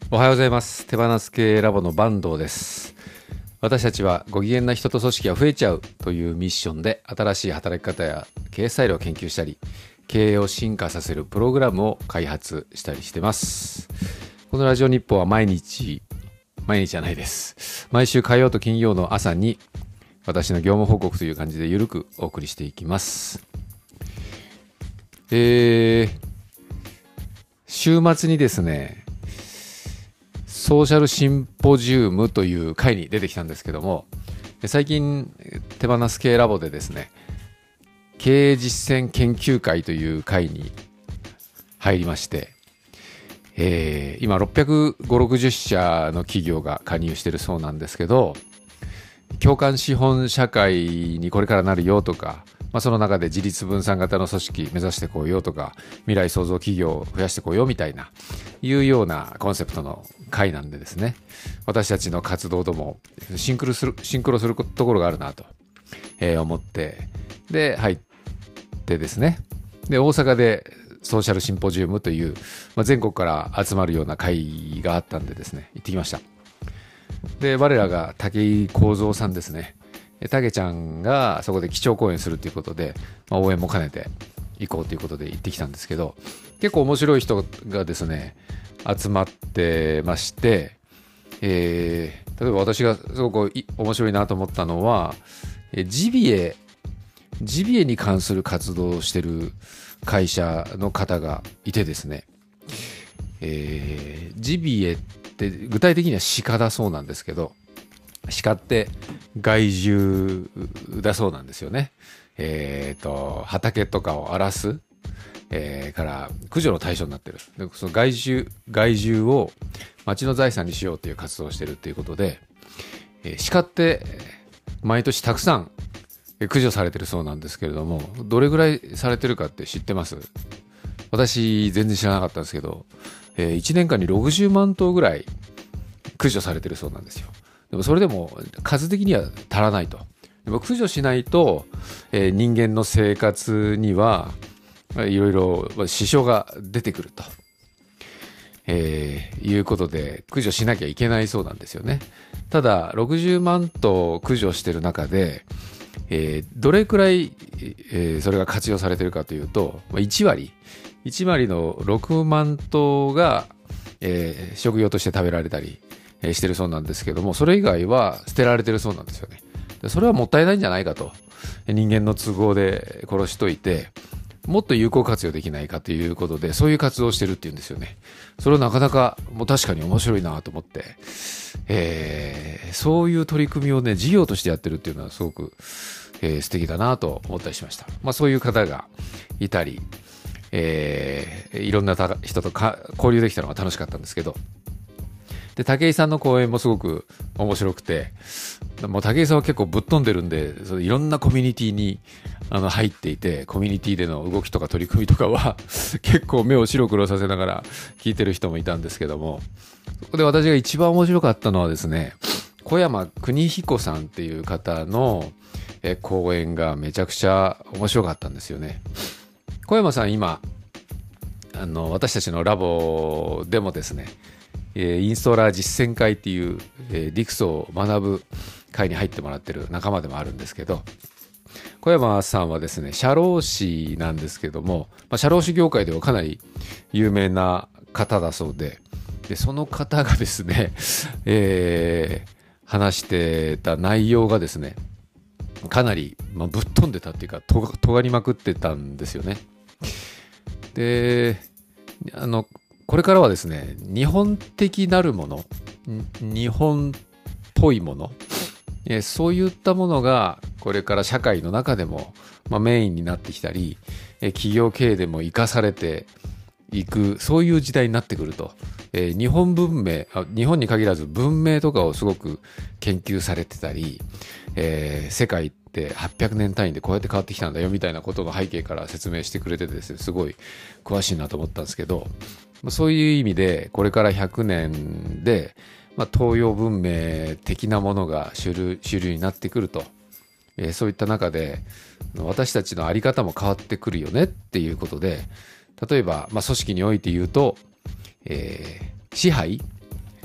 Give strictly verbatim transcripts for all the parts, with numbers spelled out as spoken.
おはようございます。手放す系ラボの坂東です。私たちはご機嫌な人と組織が増えちゃうというミッションで新しい働き方や経営スタイルを研究したり、経営を進化させるプログラムを開発したりしてます。このラジオ日報は毎日、毎日じゃないです。毎週火曜と金曜の朝に私の業務報告という感じでゆるくお送りしていきます。えー、週末にですね、ソーシャルシンポジウムという会に出てきたんですけども、最近手放す系ラボでですね、経営実践研究会という会に入りまして、えー、今ろっぴゃくごじゅう、ろくじゅっ社の企業が加入しているそうなんですけど、共感資本社会にこれからなるよとか、まあ、その中で自立分散型の組織目指してこうよとか、未来創造企業を増やしてこうよみたいないうようなコンセプトの会なんでですね、私たちの活動ともシンクロするシンクロするところがあるなと、えー、思ってで入ってですね、で大阪でソーシャルシンポジウムという、まあ、全国から集まるような会があったんでですね、行ってきました。で我らが武井幸三さんですね、たけちゃんがそこで基調講演するということで、まあ、応援も兼ねて行こうということで行ってきたんですけど、結構面白い人がですね集まってまして、えー、例えば私がすごく面白いなと思ったのは、えジビエジビエに関する活動をしている会社の方がいてですね、えー、ジビエって具体的には鹿だそうなんですけど、鹿って害獣だそうなんですよね。えーと、畑とかを荒らす、えー、から駆除の対象になってる。でその害獣、害獣を町の財産にしようという活動をしてるっていうことで、えー、鹿って毎年たくさん駆除されてるそうなんですけれども、どれぐらいされてるかって知ってます？私全然知らなかったんですけど、えー、いちねんかんにろくじゅうまん頭ぐらい駆除されてるそうなんですよ。でもそれでも数的には足らないと。でも駆除しないと、えー、人間の生活にはいろいろ支障が出てくると、えー、いうことで駆除しなきゃいけないそうなんですよね。ただろくじゅうまん頭駆除してる中で、えー、どれくらい、えー、それが活用されてるかというといち割いち割のろくまん頭が、えー、食用として食べられたりしてるそうなんですけども、それ以外は捨てられてるそうなんですよね。でそれはもったいないんじゃないかと、人間の都合で殺しといてもっと有効活用できないかということで、そういう活動をしてるっていうんですよね。それはなかなかもう確かに面白いなと思って、えー、そういう取り組みをね事業としてやってるっていうのはすごく、えー、素敵だなと思ったりしました。まあそういう方がいたり、えー、いろんな人とか交流できたのが楽しかったんですけど、で武井さんの講演もすごく面白くて、もう武井さんは結構ぶっ飛んでるんで、そのいろんなコミュニティにあの入っていて、コミュニティでの動きとか取り組みとかは結構目を白黒させながら聞いてる人もいたんですけども、そこで私が一番面白かったのはですね、小山邦彦さんっていう方の講演がめちゃくちゃ面白かったんですよね。小山さん今あの私たちのラボでもですね、インストーラー実践会っていう、えー、リクソを学ぶ会に入ってもらってる仲間でもあるんですけど、小山さんはですね社労士なんですけども、まあ、社労士業界ではかなり有名な方だそうで、でその方がですね、えー、話してた内容がですねかなり、まあ、ぶっ飛んでたっていうかとが、尖りまくってたんですよね。であのこれからはですね、日本的なるもの、日本っぽいもの、えそういったものがこれから社会の中でも、まあ、メインになってきたり、え企業経営でも生かされていく、そういう時代になってくると、えー、日本文明あ、日本に限らず文明とかをすごく研究されてたり、えー、世界ってはっぴゃくねん単位でこうやって変わってきたんだよみたいなことの背景から説明してくれててですね、すごい詳しいなと思ったんですけど、そういう意味でこれからひゃくねんで、まあ、東洋文明的なものが主流、主流になってくると、えー、そういった中で私たちの在り方も変わってくるよねっていうことで、例えば、まあ、組織において言うと、えー、支配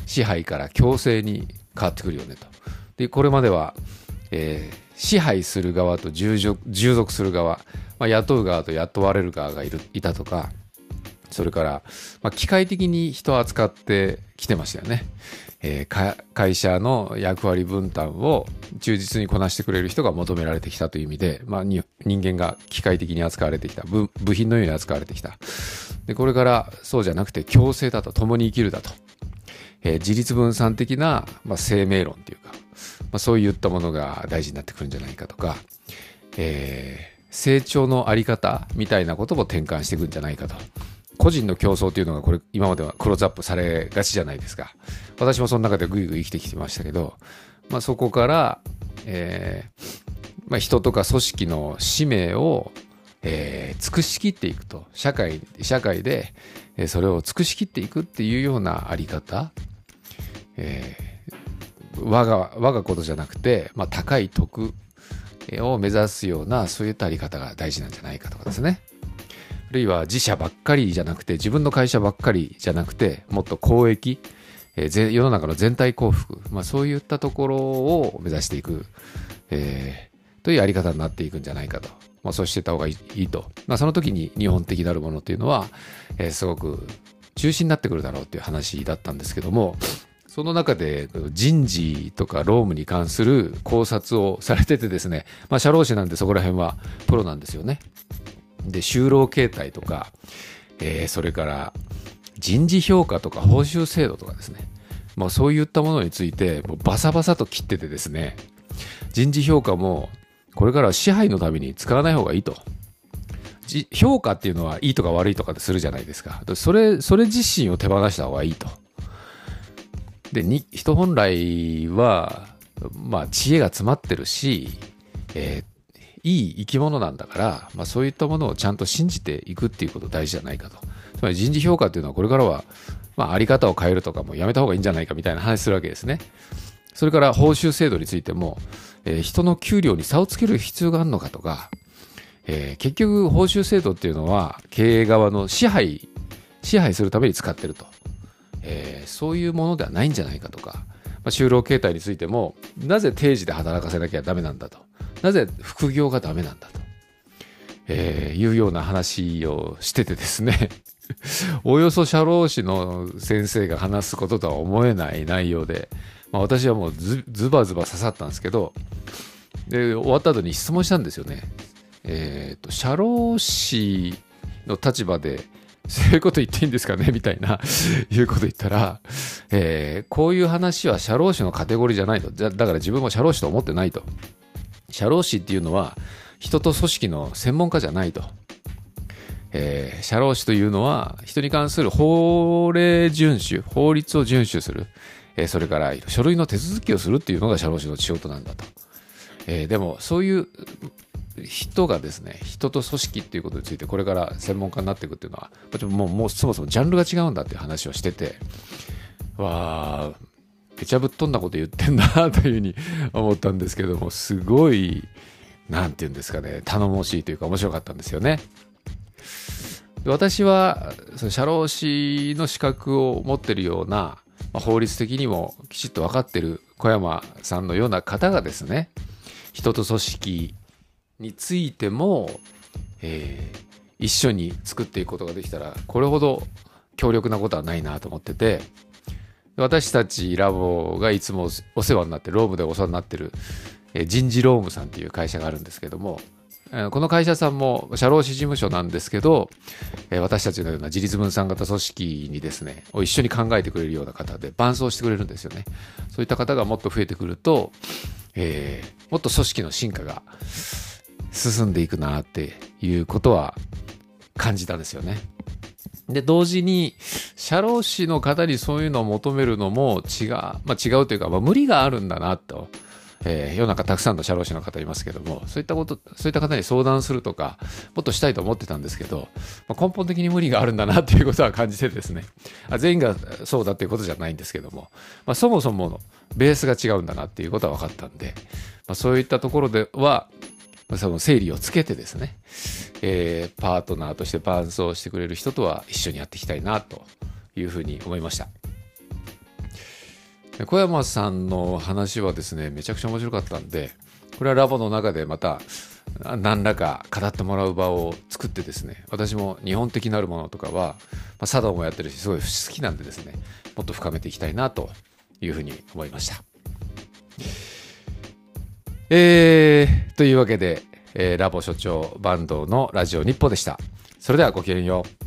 支配から強制に変わってくるよねと。でこれまでは、えー、支配する側と従属、従属する側、まあ、雇う側と雇われる側がいるいたとか、それから、まあ、機械的に人を扱ってきてましたよね。えー、会社の役割分担を忠実にこなしてくれる人が求められてきたという意味で、まあ、に人間が機械的に扱われてきた、部、部品のように扱われてきた。でこれからそうじゃなくて共生だと、共に生きるだと、えー、自立分散的な、まあ、生命論というか、まあ、そういったものが大事になってくるんじゃないかとか、えー、成長のあり方みたいなことも転換していくんじゃないかと。個人の競争というのがこれ今まではクローズアップされがちじゃないですか。私もその中でぐいぐい生きてきてましたけど、まあ、そこから、えーまあ、人とか組織の使命を、えー、尽くしきっていくと、社会社会でそれを尽くしきっていくっていうようなあり方、えー、我が我がことじゃなくて、まあ、高い徳を目指すようなそういったあり方が大事なんじゃないかとかですね。あるいは自社ばっかりじゃなくて、自分の会社ばっかりじゃなくて、もっと公益、えー、世の中の全体幸福、まあ、そういったところを目指していく、えー、というあり方になっていくんじゃないかと、まあ、そうしていった方がいいと、まあ、その時に日本的なるものというのは、えー、すごく中心になってくるだろうという話だったんですけども、その中で人事とか労務に関する考察をされててですね、まあ、社労士なんでそこら辺はプロなんですよね。で就労形態とか、えー、それから人事評価とか報酬制度とかですね、まあ、そういったものについてもうバサバサと切っててですね、人事評価もこれからは支配のために使わない方がいいと。評価っていうのはいいとか悪いとかするじゃないですか。それそれ自身を手放した方がいいと。でに人本来は、まあ、知恵が詰まってるし、えーいい生き物なんだから、まあ、そういったものをちゃんと信じていくっていうこと大事じゃないかと。つまり人事評価っていうのはこれからは、まあ、あり方を変えるとかもやめた方がいいんじゃないかみたいな話するわけですね。それから報酬制度についても、えー、人の給料に差をつける必要があるのかとか、えー、結局報酬制度っていうのは経営側の支配支配するために使ってると、えー、そういうものではないんじゃないかとか、まあ、就労形態についてもなぜ定時で働かせなきゃダメなんだと、なぜ副業がダメなんだと、えー、いうような話をしててですねおよそ社労士の先生が話すこととは思えない内容で、まあ、私はもう ズ, ズバズバ刺さったんですけど、で終わった後に質問したんですよね。えーと、社労士の立場でそういうこと言っていいんですかねみたいないうこと言ったら、えー、こういう話は社労士のカテゴリーじゃないと。だから自分も社労士と思ってないと。社労士っていうのは人と組織の専門家じゃないと。えー、社労士というのは人に関する法令遵守、法律を遵守する、えー、それから書類の手続きをするっていうのが社労士の仕事なんだと。えー、でもそういう人がですね、人と組織っていうことについてこれから専門家になっていくっていうのはもう、もうそもそもジャンルが違うんだっていう話をしてて、わーぺちゃぶっ飛んだこと言ってんなというふうに思ったんですけども、すごいなんていうんですかね、頼もしいというか面白かったんですよね。私はその社労士の資格を持っているような、まあ、法律的にもきちっと分かっている小山さんのような方がですね、人と組織についても、えー、一緒に作っていくことができたらこれほど強力なことはないなと思ってて、私たちラボがいつもお世話になってる、労務でお世話になってる人事労務さんっていう会社があるんですけども、この会社さんも社労士事務所なんですけど、私たちのような自立分散型組織にですねを一緒に考えてくれるような方で伴走してくれるんですよね。そういった方がもっと増えてくると、えー、もっと組織の進化が進んでいくなっていうことは感じたんですよね。で同時に社労士の方にそういうのを求めるのも違う、まあ、違うというか、まあ、無理があるんだなと、えー、世の中たくさんの社労士の方いますけども、そういったことそういった方に相談するとかもっとしたいと思ってたんですけど、まあ、根本的に無理があるんだなということは感じてですね、あ全員がそうだということじゃないんですけども、まあ、そもそものベースが違うんだなっていうことは分かったんで、まあ、そういったところではその整理をつけてですね、えー、パートナーとして伴走してくれる人とは一緒にやっていきたいなというふうに思いました。 小山さんの話はですね、めちゃくちゃ面白かったんで、これはラボの中でまた何らか語ってもらう場を作ってですね、私も日本的なるものとかは、まあ、茶道もやってるしすごい好きなんでですね、もっと深めていきたいなというふうに思いました。えー、というわけで、えー、ラボ所長坂東のラジオ日報でした。それではごきげんよう。